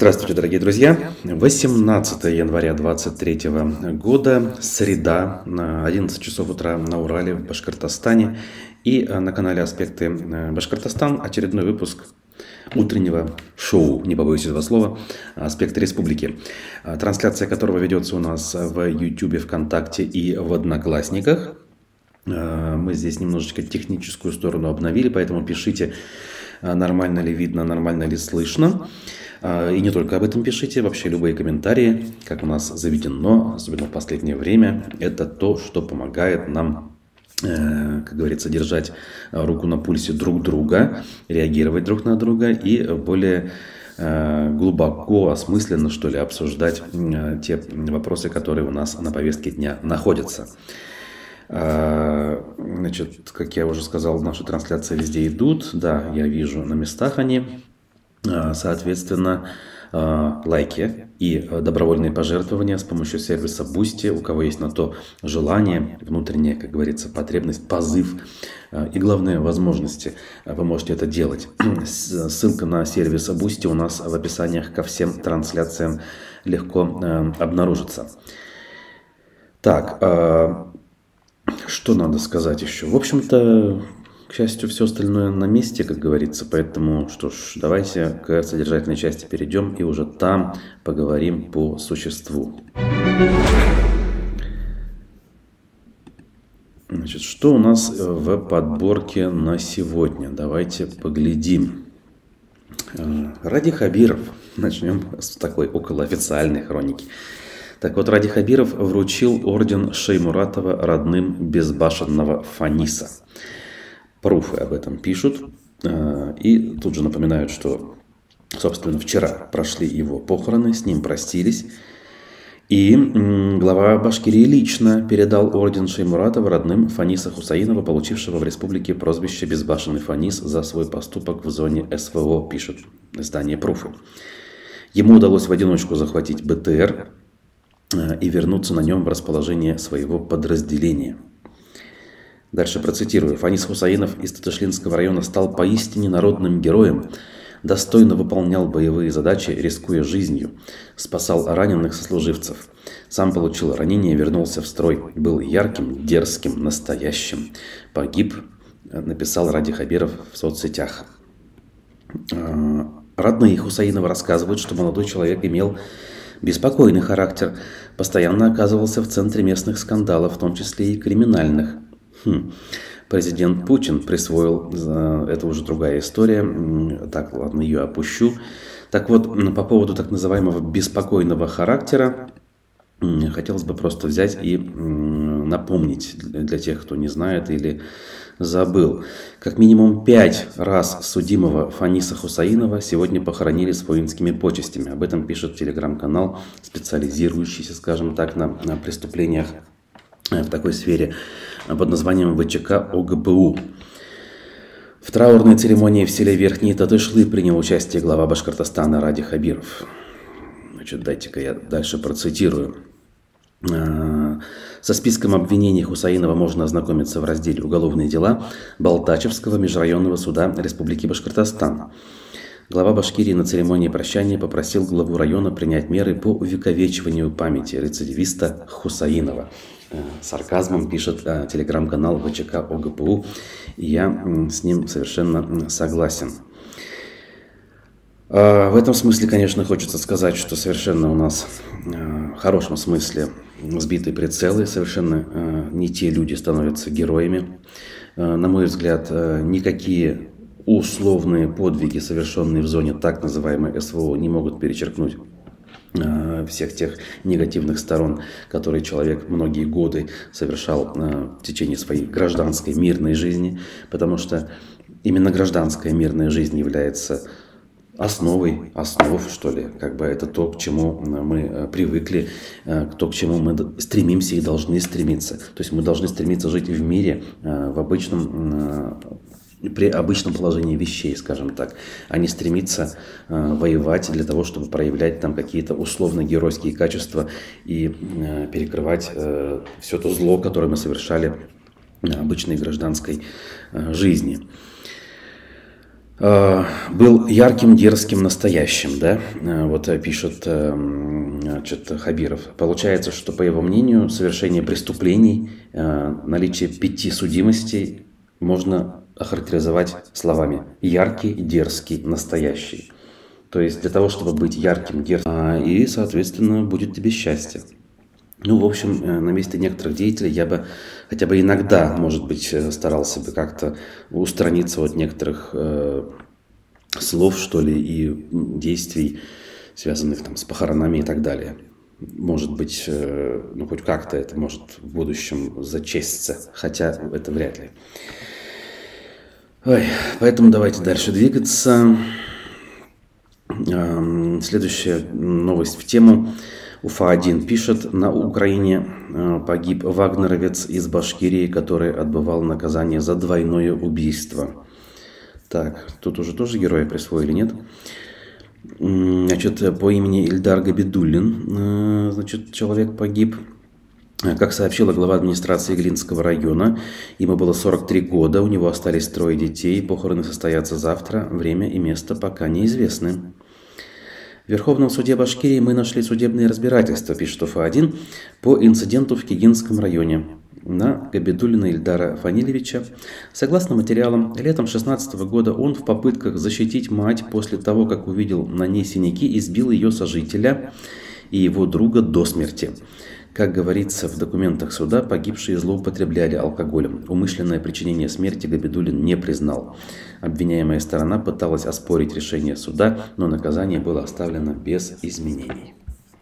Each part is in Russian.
Здравствуйте, дорогие друзья! 18 января 2023 года, среда, 11 часов утра на Урале, в Башкортостане. И на канале «Аспекты Башкортостан» очередной выпуск утреннего шоу, не побоюсь этого слова, «Аспекты Республики», трансляция которого ведется у нас в YouTube, ВКонтакте и в Одноклассниках. Мы здесь немножечко техническую сторону обновили, поэтому пишите, нормально ли видно, нормально ли слышно. И не только об этом пишите, вообще любые комментарии, как у нас заведено, особенно в последнее время, это то, что помогает нам, как говорится, держать руку на пульсе друг друга, реагировать друг на друга и более глубоко, осмысленно, что ли, обсуждать те вопросы, которые у нас на повестке дня находятся. Значит, как я уже сказал, наши трансляции везде идут. Да, я вижу на местах они. Соответственно, лайки и добровольные пожертвования с помощью сервиса Boosty, у кого есть на то желание, внутренняя, как говорится, потребность, позыв и, главное, возможности, вы можете это делать. Ссылка на сервис Boosty у нас в описаниях ко всем трансляциям легко обнаружится. Так, что надо сказать еще? В общем-то, к счастью, все остальное на месте, как говорится, поэтому, что ж, давайте к содержательной части перейдем и уже там поговорим по существу. Значит, что у нас в подборке на сегодня? Давайте поглядим. Ради Хабиров. Начнем с такой околоофициальной хроники. Так вот, Ради Хабиров вручил орден Шеймуратова родным безбашенного Фаниса. Пруфы об этом пишут. И тут же напоминают, что, собственно, вчера прошли его похороны, с ним простились. И глава Башкирии лично передал орден Шеймуратова родным Фаниса Хусаинова, получившего в республике прозвище «Безбашенный Фанис» за свой поступок в зоне СВО, пишут издание «Пруфы». Ему удалось в одиночку захватить БТР и вернуться на нем в расположение своего подразделения. Дальше процитирую. Фанис Хусаинов из Татышлинского района стал поистине народным героем, достойно выполнял боевые задачи, рискуя жизнью, спасал раненых сослуживцев. Сам получил ранение, вернулся в строй, был ярким, дерзким, настоящим. Погиб, написал Ради Хабиров в соцсетях. Родные Хусаинова рассказывают, что молодой человек имел беспокойный характер, постоянно оказывался в центре местных скандалов, в том числе и криминальных. Президент Путин присвоил, это уже другая история, так, ладно, ее опущу. Так вот, по поводу так называемого беспокойного характера, хотелось бы просто взять и напомнить для тех, кто не знает или забыл. Как минимум 5 раз судимого Фаниса Хусаинова сегодня похоронили с воинскими почестями. Об этом пишет телеграм-канал, специализирующийся, скажем так, на преступлениях в такой сфере под названием ВЧК ОГПУ. В траурной церемонии в селе Верхние Татышлы принял участие глава Башкортостана Ради Хабиров. Значит, дайте-ка я дальше процитирую. Со списком обвинений Хусаинова можно ознакомиться в разделе «Уголовные дела» Балтачевского межрайонного суда Республики Башкортостан. Глава Башкирии на церемонии прощания попросил главу района принять меры по увековечиванию памяти рецидивиста Хусаинова. Сарказмом пишет телеграм-канал ВЧК ОГПУ, и я с ним совершенно согласен. В этом смысле, конечно, хочется сказать, что совершенно у нас в хорошем смысле сбиты прицелы, совершенно не те люди становятся героями. На мой взгляд, никакие условные подвиги, совершенные в зоне так называемой СВО, не могут перечеркнуть всех тех негативных сторон, которые человек многие годы совершал в течение своей гражданской мирной жизни, потому что именно гражданская мирная жизнь является основой основ, что ли, как бы это то, к чему мы привыкли, то, к чему мы стремимся и должны стремиться. То есть мы должны стремиться жить в мире при обычном положении вещей, скажем так, а не стремиться воевать для того, чтобы проявлять там какие-то условно-геройские качества и перекрывать все то зло, которое мы совершали в обычной гражданской жизни. был ярким, дерзким, настоящим, да, вот пишет значит, Хабиров. Получается, что, по его мнению, совершение преступлений, наличие 5 судимостей можно охарактеризовать словами яркий, дерзкий, настоящий. То есть для того, чтобы быть ярким, дерзким, и, соответственно, будет тебе счастье. Ну, в общем, на месте некоторых деятелей я бы хотя бы иногда, может быть, старался бы как-то устраниться от некоторых слов, что ли, и действий, связанных там с похоронами и так далее. Может быть, ну, хоть как-то это может в будущем зачесться, хотя это вряд ли. Ой, поэтому давайте дальше двигаться. Следующая новость в тему. Уфа-1 пишет, на Украине погиб вагнеровец из Башкирии, который отбывал наказание за двойное убийство. Так, тут уже тоже героя присвоили, нет? Значит, по имени Ильдар Габидуллин, значит, человек погиб. Как сообщила глава администрации Глинского района, ему было 43 года, у него остались 3 детей, похороны состоятся завтра, время и место пока неизвестны. В Верховном суде Башкирии мы нашли судебные разбирательства, пишет Уфа-1, по инциденту в Кигинском районе на Габидуллина Ильдара Фанилевича. Согласно материалам, летом 2016 года он в попытках защитить мать после того, как увидел на ней синяки, избил ее сожителя и его друга до смерти. Как говорится в документах суда, погибшие злоупотребляли алкоголем. Умышленное причинение смерти Габидуллин не признал. Обвиняемая сторона пыталась оспорить решение суда, но наказание было оставлено без изменений.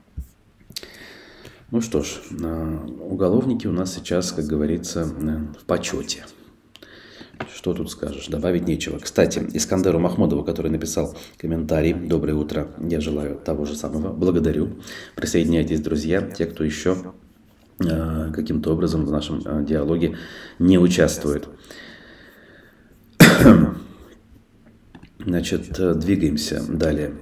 Ну что ж, уголовники у нас сейчас, как говорится, в почете. Что тут скажешь? Добавить нечего. Кстати, Искандеру Махмудову, который написал комментарий «Доброе утро», я желаю того же самого. Благодарю. Присоединяйтесь, друзья, те, кто еще каким-то образом в нашем диалоге не участвует. Значит, двигаемся далее.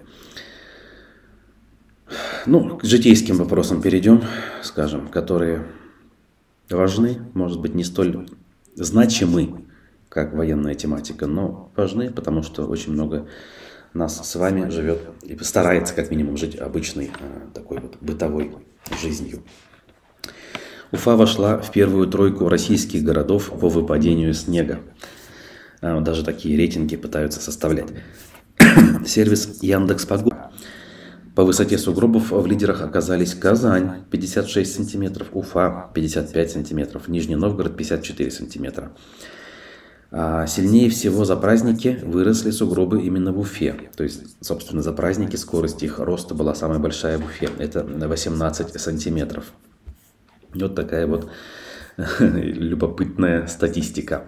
Ну, к житейским вопросам перейдем, скажем, которые важны, может быть, не столь значимы, как военная тематика, но важны, потому что очень много нас с вами живет и старается, как минимум, жить обычной такой вот бытовой жизнью. Уфа вошла в первую тройку российских городов по выпадению снега. Даже такие рейтинги пытаются составлять. Сервис Яндекс.Погода. По высоте сугробов в лидерах оказались Казань 56 сантиметров, Уфа 55 сантиметров, Нижний Новгород 54 сантиметра. А сильнее всего за праздники выросли сугробы именно в Уфе. То есть, собственно, за праздники скорость их роста была самая большая в Уфе. Это 18 сантиметров. Вот такая вот любопытная статистика.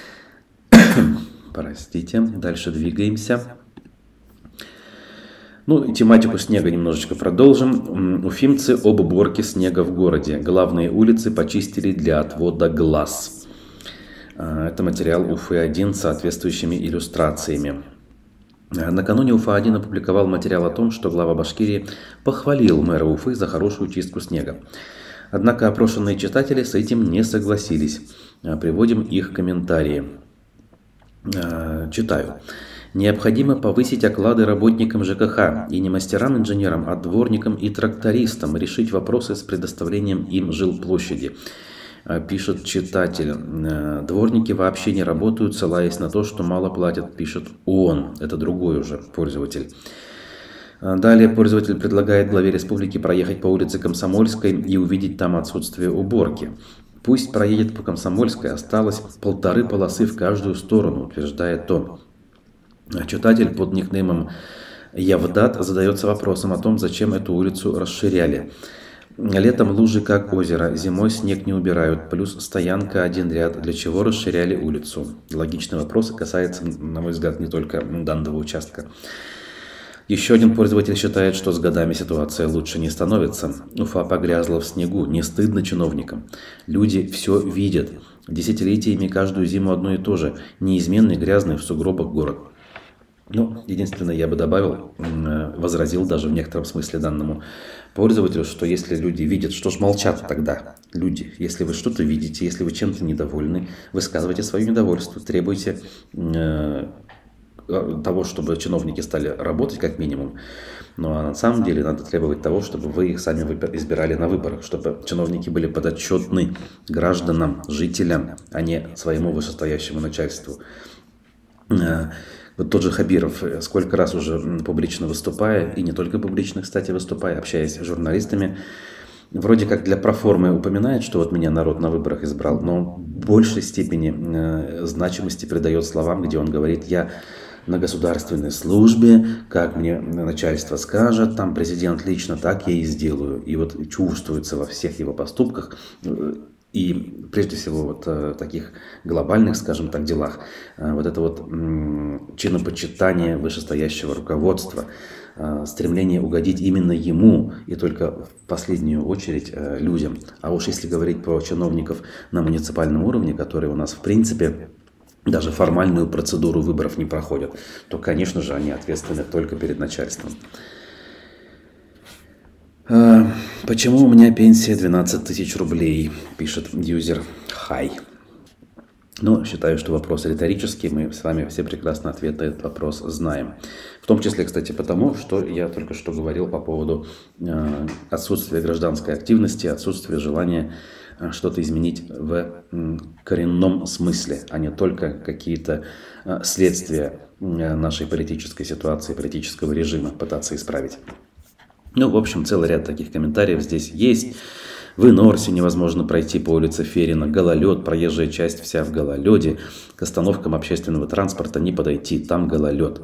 Простите, дальше двигаемся. Ну, и тематику снега немножечко продолжим. Уфимцы об уборке снега в городе. Главные улицы почистили для отвода глаз. Это материал Уфы-1 с соответствующими иллюстрациями. Накануне Уфа-1 опубликовал материал о том, что глава Башкирии похвалил мэра Уфы за хорошую чистку снега. Однако опрошенные читатели с этим не согласились. Приводим их комментарии. Читаю. Необходимо повысить оклады работникам ЖКХ и не мастерам-инженерам, а дворникам и трактористам, решить вопросы с предоставлением им жилплощади. Пишет читатель. Дворники вообще не работают, ссылаясь на то, что мало платят, пишет он. Это другой уже пользователь. Далее пользователь предлагает главе республики проехать по улице Комсомольской и увидеть там отсутствие уборки. Пусть проедет по Комсомольской, осталось 1,5 полосы в каждую сторону, утверждает он. Читатель под никнеймом Явдат задается вопросом о том, зачем эту улицу расширяли. Летом лужи как озеро, зимой снег не убирают, плюс стоянка один ряд. Для чего расширяли улицу? Логичный вопрос касается, на мой взгляд, не только данного участка. Еще один пользователь считает, что с годами ситуация лучше не становится. Уфа погрязла в снегу, не стыдно чиновникам. Люди все видят. Десятилетиями каждую зиму одно и то же. Неизменный грязный в сугробах город. Ну, единственное, я бы добавил, возразил даже в некотором смысле данному пользователю, что если люди видят, что ж молчат тогда? Люди, если вы что-то видите, если вы чем-то недовольны, высказывайте свое недовольство, требуйте того, чтобы чиновники стали работать как минимум. Ну а на самом деле надо требовать того, чтобы вы их сами избирали на выборах, чтобы чиновники были подотчетны гражданам, жителям, а не своему вышестоящему начальству. Вот тот же Хабиров, сколько раз уже публично выступая, и не только публично, кстати, выступая, общаясь с журналистами, вроде как для проформы упоминает, что вот меня народ на выборах избрал, но в большей степени значимости придает словам, где он говорит: я на государственной службе, как мне начальство скажет, там президент лично, так я и сделаю. И вот чувствуется во всех его поступках, и прежде всего вот в таких глобальных, скажем так, делах, вот это вот чинопочитание вышестоящего руководства, стремление угодить именно ему и только в последнюю очередь людям. А уж если говорить про чиновников на муниципальном уровне, которые у нас в принципе даже формальную процедуру выборов не проходят, то, конечно же, они ответственны только перед начальством. Почему у меня пенсия 12 тысяч рублей, пишет юзер Хай. Ну, считаю, что вопрос риторический, мы с вами все прекрасно ответ на этот вопрос знаем. В том числе, кстати, потому, что я только что говорил по поводу отсутствия гражданской активности, отсутствия желания что-то изменить в коренном смысле, а не только какие-то следствия нашей политической ситуации, политического режима пытаться исправить. Ну, в общем, целый ряд таких комментариев здесь есть. В Инорсе невозможно пройти по улице Ферина, гололед, проезжая часть вся в гололеде, к остановкам общественного транспорта не подойти, там гололед.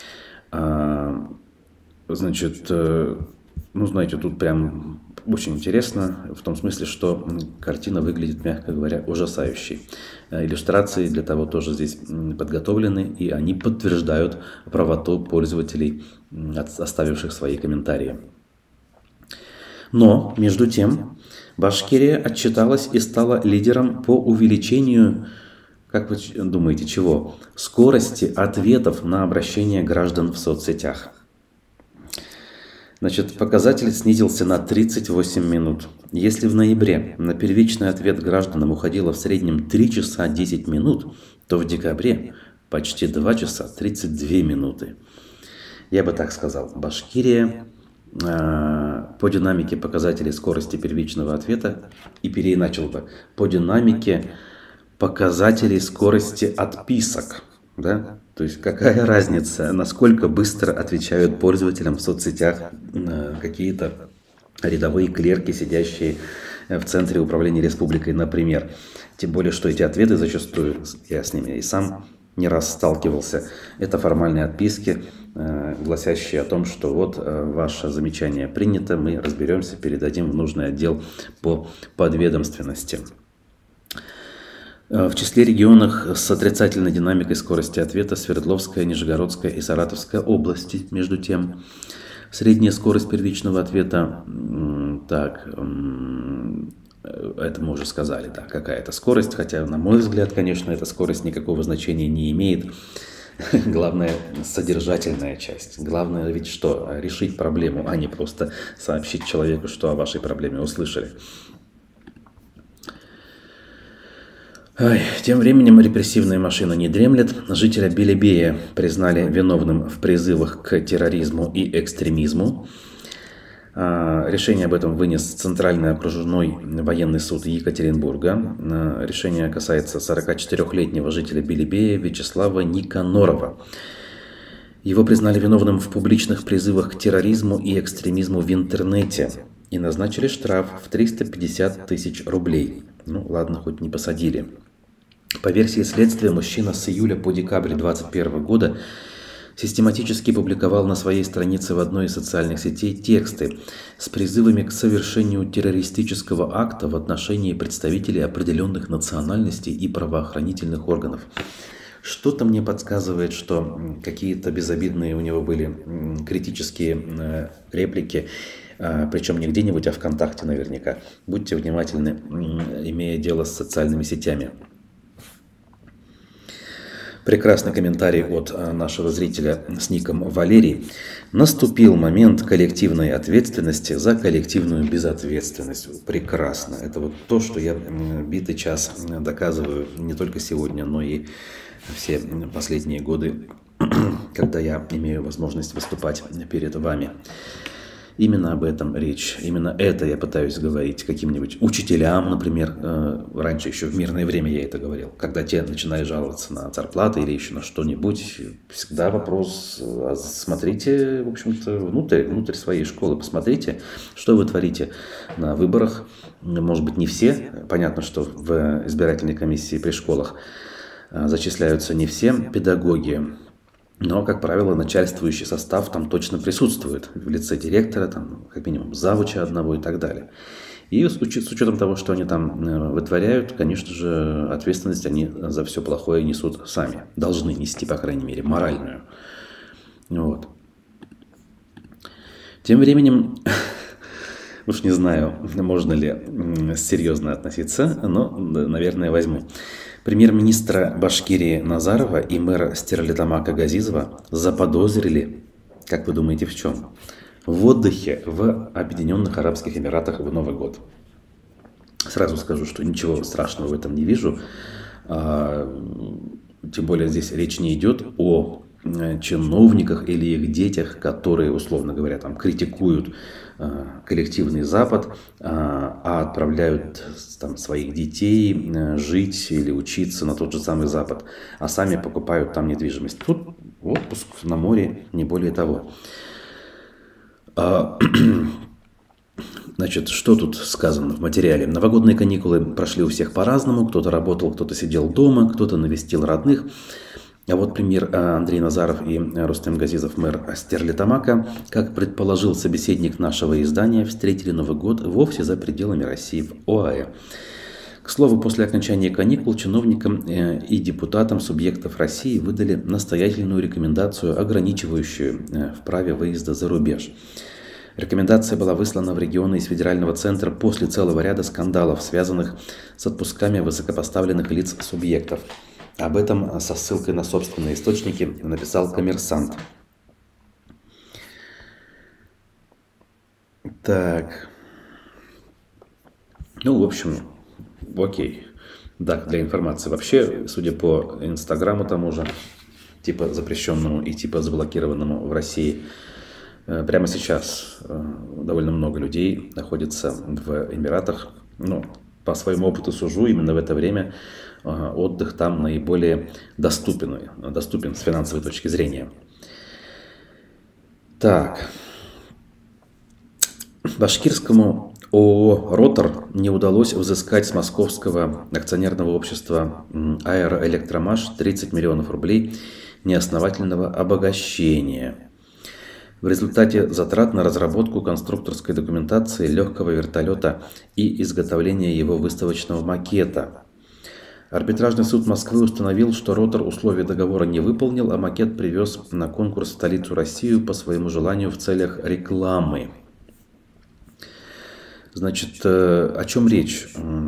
Значит, ну, знаете, тут прям очень интересно, в том смысле, что картина выглядит, мягко говоря, ужасающей. Иллюстрации для того тоже здесь подготовлены, и они подтверждают правоту пользователей, оставивших свои комментарии. Но, между тем, Башкирия отчиталась и стала лидером по увеличению, как вы думаете, чего? Скорости ответов на обращения граждан в соцсетях. Значит, показатель снизился на 38 минут. Если в ноябре на первичный ответ гражданам уходило в среднем 3 часа 10 минут, то в декабре почти 2 часа 32 минуты. Я бы так сказал, Башкирия по динамике показателей скорости первичного ответа и переиначил бы по динамике показателей скорости отписок. Да? То есть какая разница, насколько быстро отвечают пользователям в соцсетях какие-то рядовые клерки, сидящие в центре управления республикой, например. Тем более, что эти ответы зачастую, я с ними и сам не раз сталкивался, это формальные отписки, гласящие о том, что вот ваше замечание принято, мы разберемся, передадим в нужный отдел по подведомственности. В числе регионов с отрицательной динамикой скорости ответа Свердловская, Нижегородская и Саратовская области. Между тем, средняя скорость первичного ответа, так, это мы уже сказали, да, какая-то скорость, хотя, на мой взгляд, конечно, эта скорость никакого значения не имеет. Главное, содержательная часть. Главное ведь что? Решить проблему, а не просто сообщить человеку, что о вашей проблеме услышали. Тем временем репрессивная машина не дремлет. Жителя Белебея признали виновным в призывах к терроризму и экстремизму. Решение об этом вынес Центральный окружной военный суд Екатеринбурга. Решение касается 44-летнего жителя Белебея Вячеслава Никанорова. Его признали виновным в публичных призывах к терроризму и экстремизму в интернете и назначили штраф в 350 тысяч рублей. Ну ладно, хоть не посадили. По версии следствия, мужчина с июля по декабрь 2021 года систематически публиковал на своей странице в одной из социальных сетей тексты с призывами к совершению террористического акта в отношении представителей определенных национальностей и правоохранительных органов. Что-то мне подсказывает, что какие-то безобидные у него были критические реплики, причем не где-нибудь, а ВКонтакте наверняка. Будьте внимательны, имея дело с социальными сетями. Прекрасный комментарий от нашего зрителя с ником Валерий. Наступил момент коллективной ответственности за коллективную безответственность. Прекрасно. Это вот то, что я битый час доказываю не только сегодня, но и все последние годы когда я имею возможность выступать перед вами. Именно об этом речь. Именно это я пытаюсь говорить каким-нибудь учителям, например. Раньше еще в мирное время я это говорил. Когда те начинают жаловаться на зарплаты или еще на что-нибудь, всегда вопрос, смотрите, в общем-то, внутрь своей школы, посмотрите, что вы творите на выборах. Может быть, не все. Понятно, что в избирательной комиссии при школах зачисляются не все педагоги. Но, как правило, начальствующий состав там точно присутствует в лице директора, там, как минимум завуча одного и так далее. И с учетом того, что они там вытворяют, конечно же, ответственность они за все плохое несут сами. Должны нести, по крайней мере, моральную. Вот. Тем временем, уж не знаю, можно ли серьезно относиться, но, наверное, возьму. Премьер-министра Башкирии Назарова и мэра Стерлитамака Газизова заподозрили, как вы думаете, в чем? В отдыхе в Объединенных Арабских Эмиратах в Новый год. Сразу скажу, что ничего страшного в этом не вижу. Тем более здесь речь не идет о чиновниках или их детях, которые, условно говоря, там, критикуют коллективный Запад, а отправляют там, своих детей жить или учиться на тот же самый Запад, а сами покупают там недвижимость. Тут отпуск на море, не более того. Значит, что тут сказано в материале? Новогодние каникулы прошли у всех по-разному. Кто-то работал, кто-то сидел дома, кто-то навестил родных. А вот премьер Андрей Назаров и Рустем Газизов, мэр Стерлитамака, как предположил собеседник нашего издания, встретили Новый год вовсе за пределами России, в ОАЭ. К слову, после окончания каникул чиновникам и депутатам субъектов России выдали настоятельную рекомендацию, ограничивающую в праве выезда за рубеж. Рекомендация была выслана в регионы из федерального центра после целого ряда скандалов, связанных с отпусками высокопоставленных лиц субъектов. Об этом со ссылкой на собственные источники написал «Коммерсант». Так. Ну, в общем, окей. Да, для информации. Вообще, судя по Инстаграму тому же, типа запрещенному и типа заблокированному в России, прямо сейчас довольно много людей находится в Эмиратах. Ну, по своему опыту сужу, именно в это время отдых там наиболее доступен с финансовой точки зрения. Так. Башкирскому ООО «Ротор» не удалось взыскать с московского акционерного общества «Аэроэлектромаш» 30 миллионов рублей неосновательного обогащения. В результате затрат на разработку конструкторской документации легкого вертолета и изготовление его выставочного макета. Арбитражный суд Москвы установил, что «Ротор» условия договора не выполнил, а макет привез на конкурс в столицу России по своему желанию в целях рекламы. Значит, о чем речь?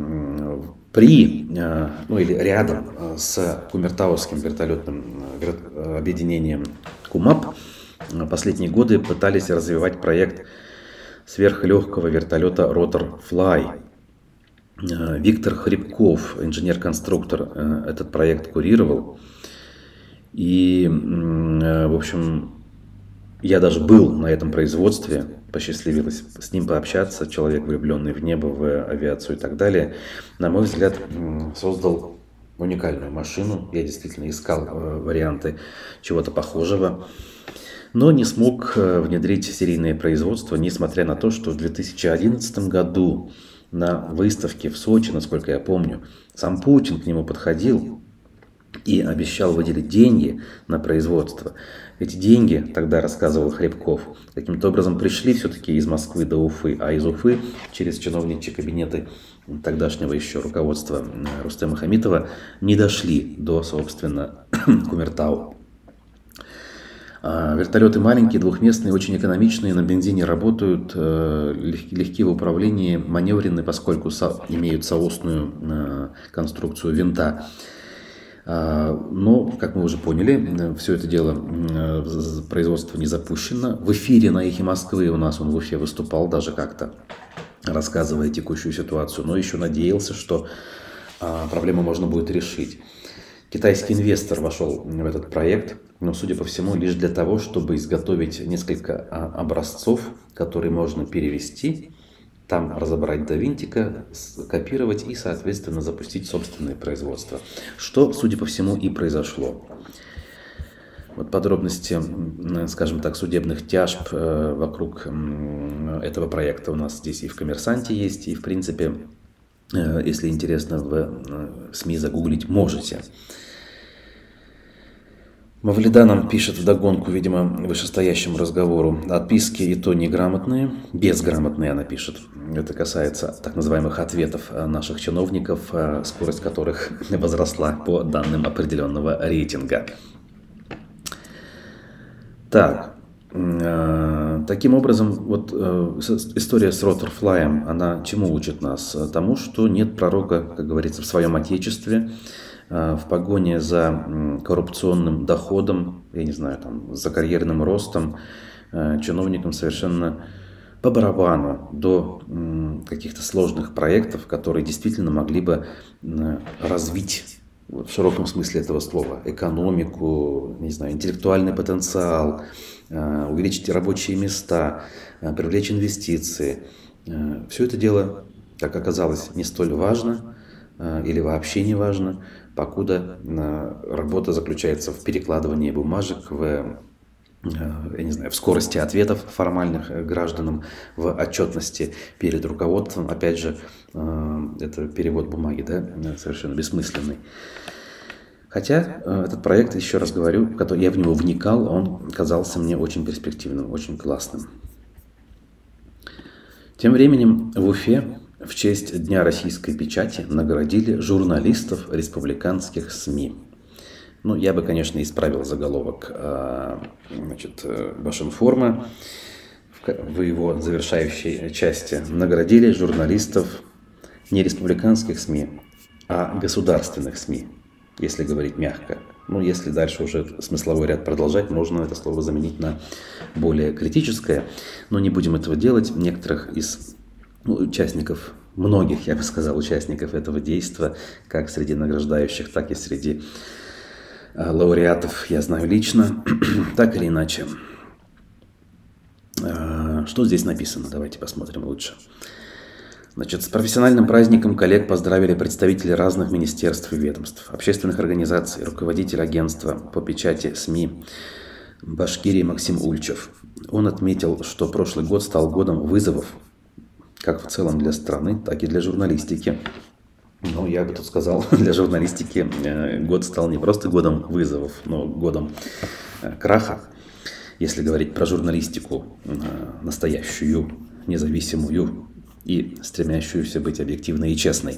Или рядом с Кумертауским вертолетным объединением КУМАП последние годы пытались развивать проект сверхлегкого вертолета «Ротор Флай». Виктор Хребков, инженер-конструктор, этот проект курировал. И, в общем, я даже был на этом производстве, посчастливилось с ним пообщаться, человек, влюбленный в небо, в авиацию и так далее. На мой взгляд, создал уникальную машину. Я действительно искал варианты чего-то похожего, но не смог внедрить серийное производство, несмотря на то, что в 2011 году на выставке в Сочи, насколько я помню, сам Путин к нему подходил и обещал выделить деньги на производство. Эти деньги, тогда рассказывал Хребков, каким-то образом пришли все-таки из Москвы до Уфы, а из Уфы через чиновничьи кабинеты тогдашнего еще руководства Рустема Хамитова не дошли до, собственно, Кумертау. Вертолеты маленькие, двухместные, очень экономичные, на бензине работают, легкие в управлении, маневренные, поскольку имеют соосную конструкцию винта. Но, как мы уже поняли, все это дело, производство не запущено. В эфире на «Эхе Москвы» у нас он в Уфе выступал даже как-то, рассказывая текущую ситуацию, но еще надеялся, что проблему можно будет решить. Китайский инвестор вошел в этот проект, но, судя по всему, лишь для того, чтобы изготовить несколько образцов, которые можно перевести, там разобрать до винтика, скопировать и, соответственно, запустить собственное производство. Что, судя по всему, и произошло. Вот подробности, скажем так, судебных тяжб вокруг этого проекта у нас здесь и в «Коммерсанте» есть, и, в принципе, если интересно, в СМИ загуглить можете. Мавлида нам пишет вдогонку, видимо, вышестоящему разговору: отписки и то неграмотные, безграмотные, она пишет. Это касается так называемых ответов наших чиновников, скорость которых возросла по данным определенного рейтинга. Так, таким образом, вот история с Rotterfly, она чему учит нас? Тому, что нет пророка, как говорится, в своем отечестве. В погоне за коррупционным доходом, я не знаю, там, за карьерным ростом, чиновникам совершенно по барабану до каких-то сложных проектов, которые действительно могли бы развить в широком смысле этого слова экономику, не знаю, интеллектуальный потенциал, увеличить рабочие места, привлечь инвестиции. Все это дело, как оказалось, не столь важно или вообще не важно, покуда работа заключается в перекладывании бумажек, я не знаю, в скорости ответов формальных гражданам, в отчетности перед руководством. Опять же, это перевод бумаги, да, совершенно бессмысленный. Хотя этот проект, еще раз говорю, я в него вникал, он казался мне очень перспективным, очень классным. Тем временем в Уфе в честь Дня российской печати наградили журналистов республиканских СМИ. Ну, я бы, конечно, исправил заголовок Башинформа в его завершающей части. Наградили журналистов не республиканских СМИ, а государственных СМИ, если говорить мягко. Ну, если дальше уже смысловой ряд продолжать, можно это слово заменить на более критическое, но не будем этого делать. Некоторых из участников, многих, я бы сказал, участников этого действа, как среди награждающих, так и среди лауреатов, я знаю лично. Так или иначе. Что здесь написано? Давайте посмотрим лучше. Значит, с профессиональным праздником коллег поздравили представители разных министерств и ведомств, общественных организаций, руководитель агентства по печати СМИ Башкирии Максим Ульчев. Он отметил, что прошлый год стал годом вызовов, как в целом для страны, так и для журналистики. Ну, я бы тут сказал, для журналистики год стал не просто годом вызовов, но годом краха, если говорить про журналистику настоящую, независимую и стремящуюся быть объективной и честной.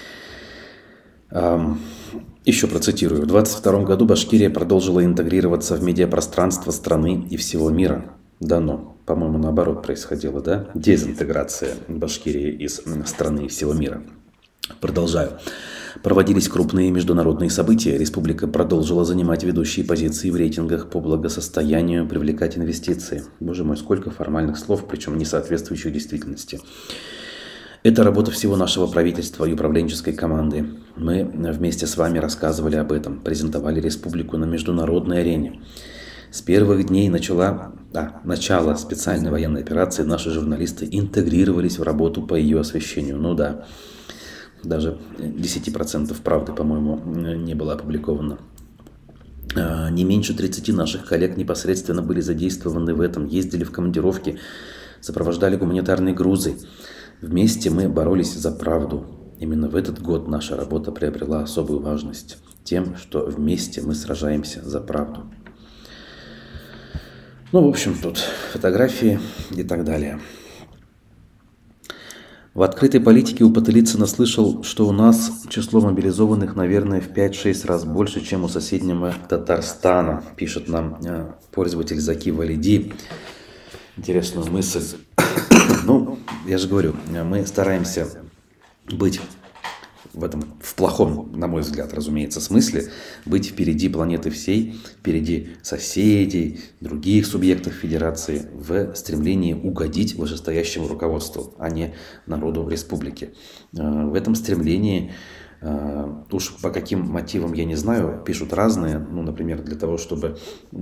Еще процитирую. В 2022 году Башкирия продолжила интегрироваться в медиапространство страны и всего мира. Да, но, по-моему, наоборот происходило, да? Дезинтеграция Башкирии из страны и всего мира. Продолжаю. Проводились крупные международные события. Республика продолжила занимать ведущие позиции в рейтингах по благосостоянию, привлекать инвестиции. Боже мой, сколько формальных слов, причем не соответствующих действительности. Это работа всего нашего правительства и управленческой команды. Мы вместе с вами рассказывали об этом, презентовали республику на международной арене. С первых дней начала специальной военной операции наши журналисты интегрировались в работу по ее освещению. Ну да. Даже 10% правды, по-моему, не было опубликовано. Не меньше 30 наших коллег непосредственно были задействованы в этом, ездили в командировки, сопровождали гуманитарные грузы. Вместе мы боролись за правду. Именно в этот год наша работа приобрела особую важность тем, что вместе мы сражаемся за правду. Ну, в общем, тут фотографии и так далее. В открытой политике у Потылицына слышал, что у нас число мобилизованных, наверное, в 5-6 раз больше, чем у соседнего Татарстана, пишет нам пользователь Заки Валиди. Интересную мысль. Ну, я же говорю, мы стараемся быть в плохом, на мой взгляд, разумеется, смысле, быть впереди планеты всей, впереди соседей, других субъектов федерации в стремлении угодить вышестоящему руководству, а не народу республики. В этом стремлении Уж по каким мотивам я не знаю, пишут разные, ну, например, для того, чтобы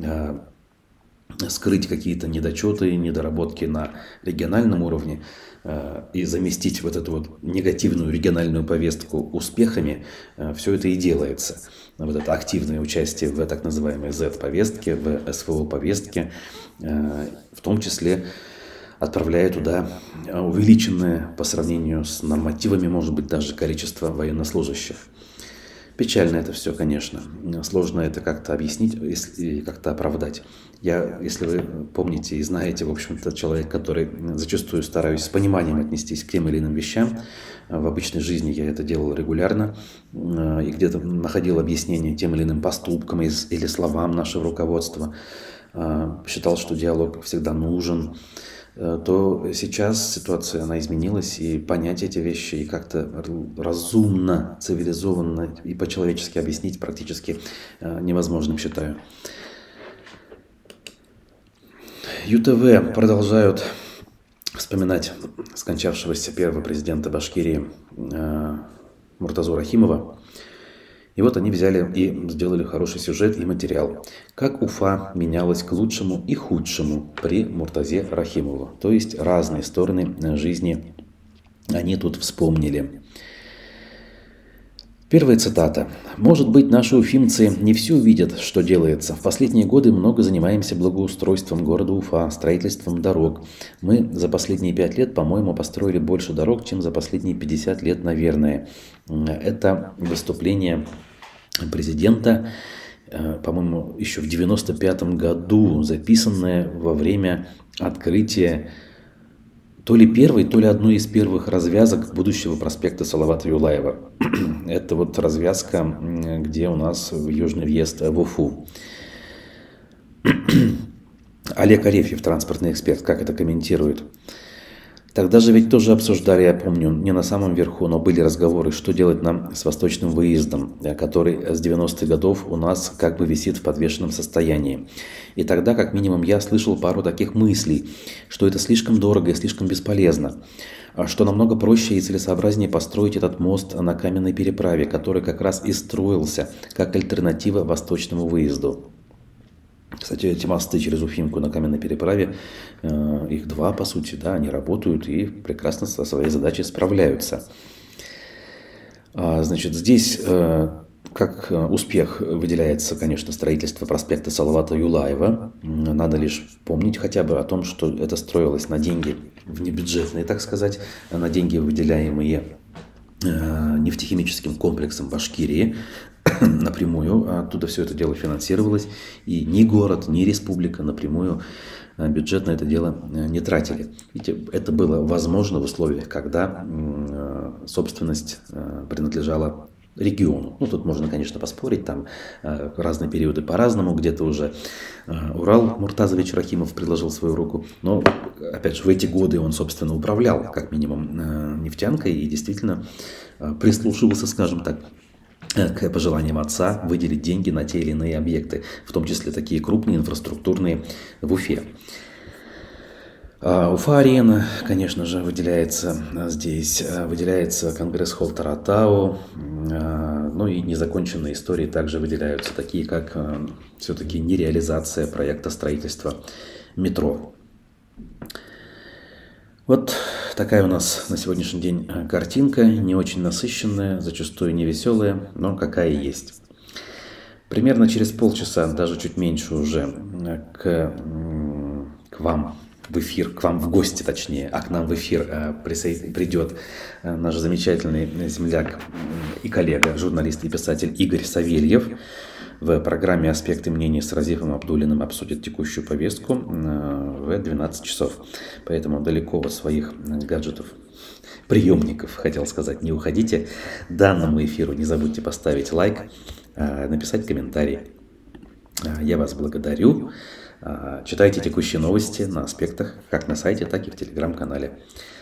скрыть какие-то недочеты, недоработки на региональном уровне и заместить вот эту вот негативную региональную повестку успехами, все это и делается. Вот это активное участие в так называемой Z-повестке, в СВО-повестке, в том числе отправляя туда увеличенное по сравнению с нормативами, может быть, даже количество военнослужащих. Печально это все, конечно. Сложно это как-то объяснить и как-то оправдать. Я, если вы помните и знаете, в общем-то, человек, который зачастую стараюсь с пониманием отнестись к тем или иным вещам. В обычной жизни я это делал регулярно и где-то находил объяснение тем или иным поступкам или словам нашего руководства. Считал, что диалог всегда нужен. То сейчас ситуация, она изменилась, и понять эти вещи и как-то разумно, цивилизованно и по-человечески объяснить практически невозможным считаю. ЮТВ продолжают вспоминать скончавшегося первого президента Башкирии Муртазу Рахимова. И вот они взяли и сделали хороший сюжет и материал. Как Уфа менялась к лучшему и худшему при Муртазе Рахимову. То есть разные стороны жизни они тут вспомнили. Первая цитата. «Может быть, наши уфимцы не все видят, что делается. В последние годы много занимаемся благоустройством города Уфа, строительством дорог. Мы за последние 5 лет, по-моему, построили больше дорог, чем за последние 50 лет, наверное». Это выступление президента, по-моему, еще в 1995 году, записанное во время открытия то ли первой, то ли одной из первых развязок будущего проспекта Салавата Юлаева. Это вот развязка, где у нас южный въезд в Уфу. Олег Арефьев, транспортный эксперт, как это комментирует. Тогда же ведь тоже обсуждали, я помню, не на самом верху, но были разговоры, что делать нам с восточным выездом, который с 90-х годов у нас как бы висит в подвешенном состоянии. И тогда, как минимум, я слышал пару таких мыслей, что это слишком дорого и слишком бесполезно, что намного проще и целесообразнее построить этот мост на каменной переправе, который как раз и строился как альтернатива восточному выезду. Кстати, эти мосты через Уфимку на каменной переправе, их 2, по сути, да, они работают и прекрасно со своей задачей справляются. Значит, здесь как успех выделяется, конечно, строительство проспекта Салавата Юлаева. Надо лишь помнить хотя бы о том, что это строилось на деньги внебюджетные, так сказать, на деньги, выделяемые нефтехимическим комплексом Башкирии. Напрямую оттуда все это дело финансировалось, и ни город, ни республика напрямую бюджет на это дело не тратили. Видите, это было возможно в условиях, когда собственность принадлежала региону. Ну, тут можно, конечно, поспорить, там разные периоды по-разному, где-то уже Урал Муртазович Рахимов предложил свою руку, но, опять же, в эти годы он, собственно, управлял, как минимум, нефтянкой и действительно прислушивался, скажем так, к пожеланиям отца выделить деньги на те или иные объекты, в том числе такие крупные, инфраструктурные в Уфе. Уфа-арена, конечно же, выделяется здесь, выделяется Конгресс-холл Таратау, ну и незаконченные истории также выделяются, такие как все-таки нереализация проекта строительства метро. Вот такая у нас на сегодняшний день картинка, не очень насыщенная, зачастую не веселая, но какая есть. Примерно через полчаса, даже чуть меньше уже, к вам в эфир, к вам в гости точнее, а к нам в эфир придет наш замечательный земляк и коллега, журналист и писатель Игорь Савельев. В программе «Аспекты мнений» с Разифом Абдуллиным обсудят текущую повестку в 12 часов. Поэтому далеко от своих гаджетов, приемников, хотел сказать, не уходите. Данному эфиру не забудьте поставить лайк, написать комментарий. Я вас благодарю. Читайте текущие новости на «Аспектах» как на сайте, так и в телеграм-канале.